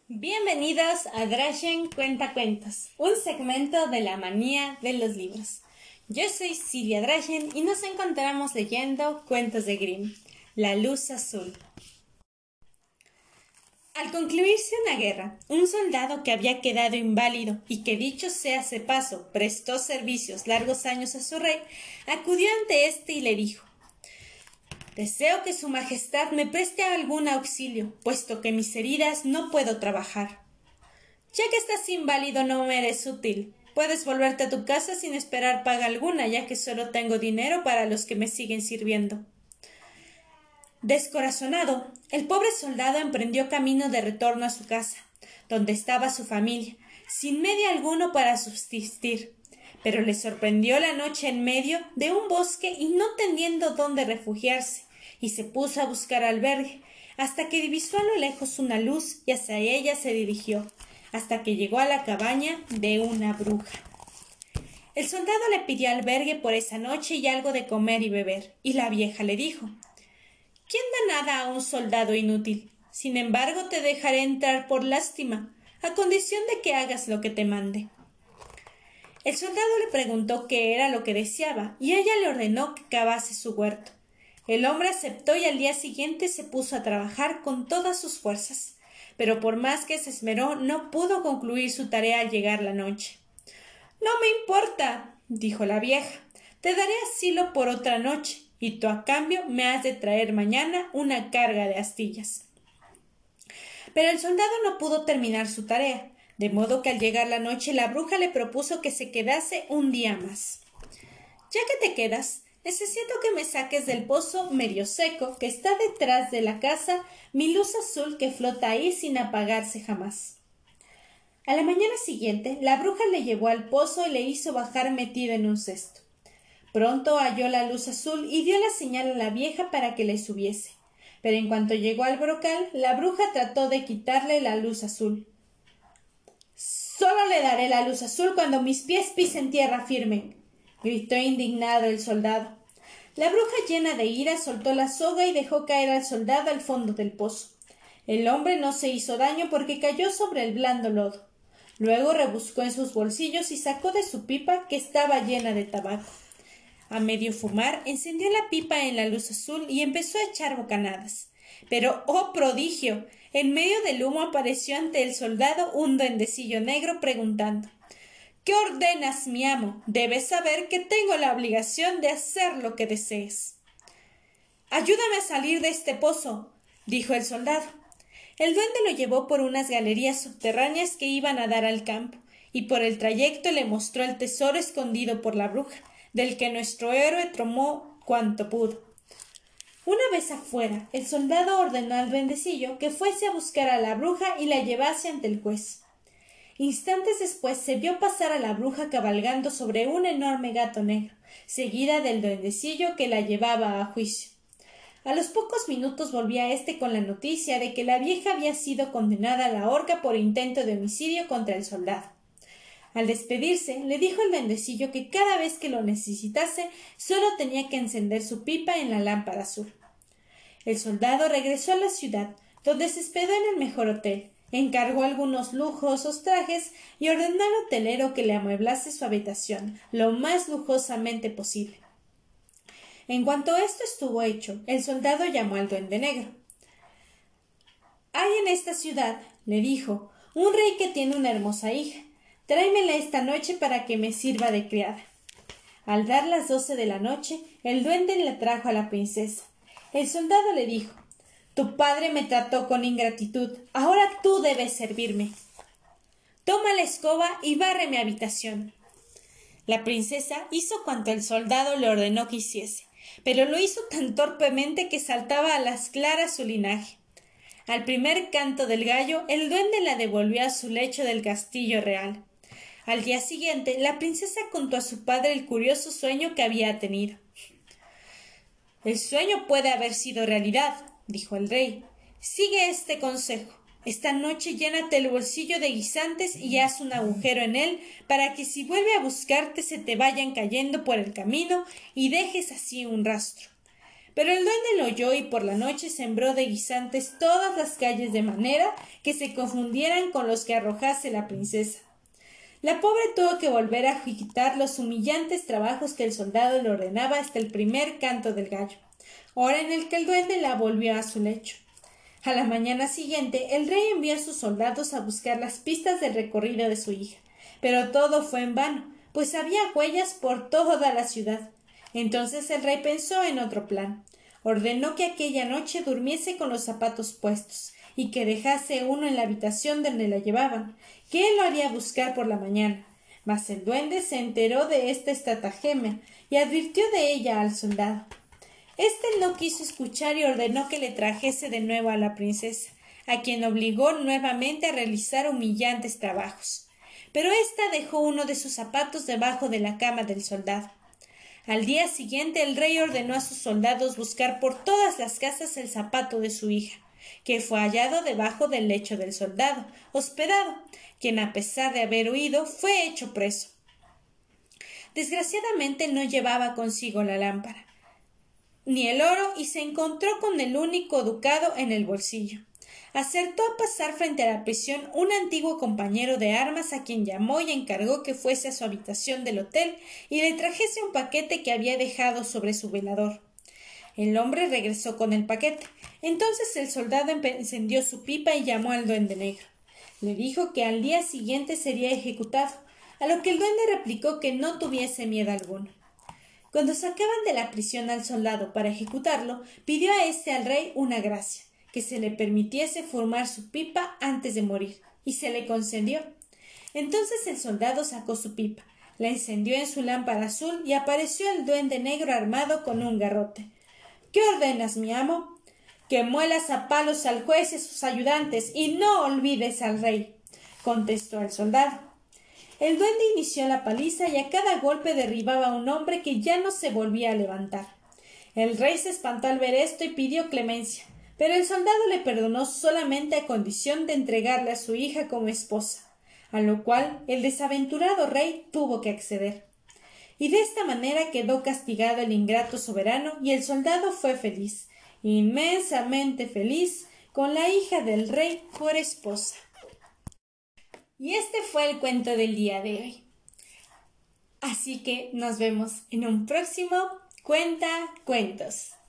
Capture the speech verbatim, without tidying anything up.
Bienvenidos a Drachen Cuenta Cuentos, un segmento de la manía de los libros. Yo soy Silvia Drachen y nos encontramos leyendo cuentos de Grimm, La Luz Azul. Al concluirse una guerra, un soldado que había quedado inválido y que, dicho sea de paso, prestó servicios largos años a su rey, acudió ante éste y le dijo: «Deseo que su majestad me preste algún auxilio, puesto que mis heridas no puedo trabajar. Ya que estás inválido no me eres útil. Puedes volverte a tu casa sin esperar paga alguna, ya que solo tengo dinero para los que me siguen sirviendo». Descorazonado, el pobre soldado emprendió camino de retorno a su casa, donde estaba su familia, sin medio alguno para subsistir. Pero le sorprendió la noche en medio de un bosque y no teniendo dónde refugiarse, y se puso a buscar albergue, hasta que divisó a lo lejos una luz y hacia ella se dirigió, hasta que llegó a la cabaña de una bruja. El soldado le pidió albergue por esa noche y algo de comer y beber, y la vieja le dijo: «¿Quién da nada a un soldado inútil? Sin embargo, te dejaré entrar por lástima, a condición de que hagas lo que te mande». El soldado le preguntó qué era lo que deseaba, y ella le ordenó que cavase su huerto. El hombre aceptó y al día siguiente se puso a trabajar con todas sus fuerzas, pero por más que se esmeró, no pudo concluir su tarea al llegar la noche. «No me importa», dijo la vieja, «te daré asilo por otra noche, y tú a cambio me has de traer mañana una carga de astillas». Pero el soldado no pudo terminar su tarea, de modo que al llegar la noche la bruja le propuso que se quedase un día más. «Ya que te quedas, necesito que me saques del pozo medio seco que está detrás de la casa mi luz azul que flota ahí sin apagarse jamás». A la mañana siguiente, la bruja le llevó al pozo y le hizo bajar metido en un cesto. Pronto halló la luz azul y dio la señal a la vieja para que le subiese. Pero en cuanto llegó al brocal, la bruja trató de quitarle la luz azul. «Solo le daré la luz azul cuando mis pies pisen tierra firme», gritó indignado el soldado. La bruja, llena de ira, soltó la soga y dejó caer al soldado al fondo del pozo. El hombre no se hizo daño porque cayó sobre el blando lodo. Luego rebuscó en sus bolsillos y sacó de su pipa, que estaba llena de tabaco. A medio fumar, encendió la pipa en la luz azul y empezó a echar bocanadas. Pero, ¡oh prodigio!, en medio del humo apareció ante el soldado un duendecillo negro preguntando: «¿Qué ordenas, mi amo? Debes saber que tengo la obligación de hacer lo que desees». «Ayúdame a salir de este pozo», dijo el soldado. El duende lo llevó por unas galerías subterráneas que iban a dar al campo, y por el trayecto le mostró el tesoro escondido por la bruja, del que nuestro héroe tomó cuanto pudo. Una vez afuera, el soldado ordenó al duendecillo que fuese a buscar a la bruja y la llevase ante el juez. Instantes después se vio pasar a la bruja cabalgando sobre un enorme gato negro, seguida del duendecillo que la llevaba a juicio. A los pocos minutos volvía éste con la noticia de que la vieja había sido condenada a la horca por intento de homicidio contra el soldado. Al despedirse, le dijo el duendecillo que cada vez que lo necesitase solo tenía que encender su pipa en la lámpara azul. El soldado regresó a la ciudad, donde se hospedó en el mejor hotel, encargó algunos lujosos trajes y ordenó al hotelero que le amueblase su habitación lo más lujosamente posible. En cuanto esto estuvo hecho, el soldado llamó al duende negro. «Hay en esta ciudad», le dijo, «un rey que tiene una hermosa hija. Tráemela esta noche para que me sirva de criada». Al dar las doce de la noche, el duende le trajo a la princesa. El soldado le dijo: «Tu padre me trató con ingratitud, ahora tú debes servirme. Toma la escoba y barre mi habitación». La princesa hizo cuanto el soldado le ordenó que hiciese, pero lo hizo tan torpemente que saltaba a las claras su linaje. Al primer canto del gallo, el duende la devolvió a su lecho del castillo real. Al día siguiente, la princesa contó a su padre el curioso sueño que había tenido. «El sueño puede haber sido realidad», dijo el rey. «Sigue este consejo. Esta noche llénate el bolsillo de guisantes y haz un agujero en él para que si vuelve a buscarte se te vayan cayendo por el camino y dejes así un rastro. Pero el duende lo oyó y por la noche sembró de guisantes todas las calles de manera que se confundieran con los que arrojase la princesa. La pobre tuvo que volver a ejecutar los humillantes trabajos que el soldado le ordenaba hasta el primer canto del gallo, hora en el que el duende la volvió a su lecho. A la mañana siguiente, el rey envió a sus soldados a buscar las pistas del recorrido de su hija, pero todo fue en vano, pues había huellas por toda la ciudad. Entonces el rey pensó en otro plan. Ordenó que aquella noche durmiese con los zapatos puestos y que dejase uno en la habitación donde la llevaban, que él lo haría buscar por la mañana. Mas el duende se enteró de esta estratagema y advirtió de ella al soldado. Este no quiso escuchar y ordenó que le trajese de nuevo a la princesa, a quien obligó nuevamente a realizar humillantes trabajos. Pero ésta dejó uno de sus zapatos debajo de la cama del soldado. Al día siguiente el rey ordenó a sus soldados buscar por todas las casas el zapato de su hija, que fue hallado debajo del lecho del soldado, hospedado, quien a pesar de haber huido fue hecho preso. Desgraciadamente no llevaba consigo la lámpara, ni el oro, y se encontró con el único ducado en el bolsillo. Acertó a pasar frente a la prisión un antiguo compañero de armas a quien llamó y encargó que fuese a su habitación del hotel y le trajese un paquete que había dejado sobre su velador. El hombre regresó con el paquete. Entonces el soldado encendió su pipa y llamó al duende negro. Le dijo que al día siguiente sería ejecutado, a lo que el duende replicó que no tuviese miedo alguno. Cuando sacaban de la prisión al soldado para ejecutarlo, pidió a éste al rey una gracia, que se le permitiese fumar su pipa antes de morir, y se le concedió. Entonces el soldado sacó su pipa, la encendió en su lámpara azul y apareció el duende negro armado con un garrote. —¿Qué ordenas, mi amo? —Que muelas a palos al juez y a sus ayudantes, y no olvides al rey —contestó el soldado. El duende inició la paliza y a cada golpe derribaba a un hombre que ya no se volvía a levantar. El rey se espantó al ver esto y pidió clemencia, pero el soldado le perdonó solamente a condición de entregarle a su hija como esposa, a lo cual el desaventurado rey tuvo que acceder. Y de esta manera quedó castigado el ingrato soberano y el soldado fue feliz, inmensamente feliz, con la hija del rey por esposa. Y este fue el cuento del día de hoy. Así que nos vemos en un próximo Cuenta Cuentos.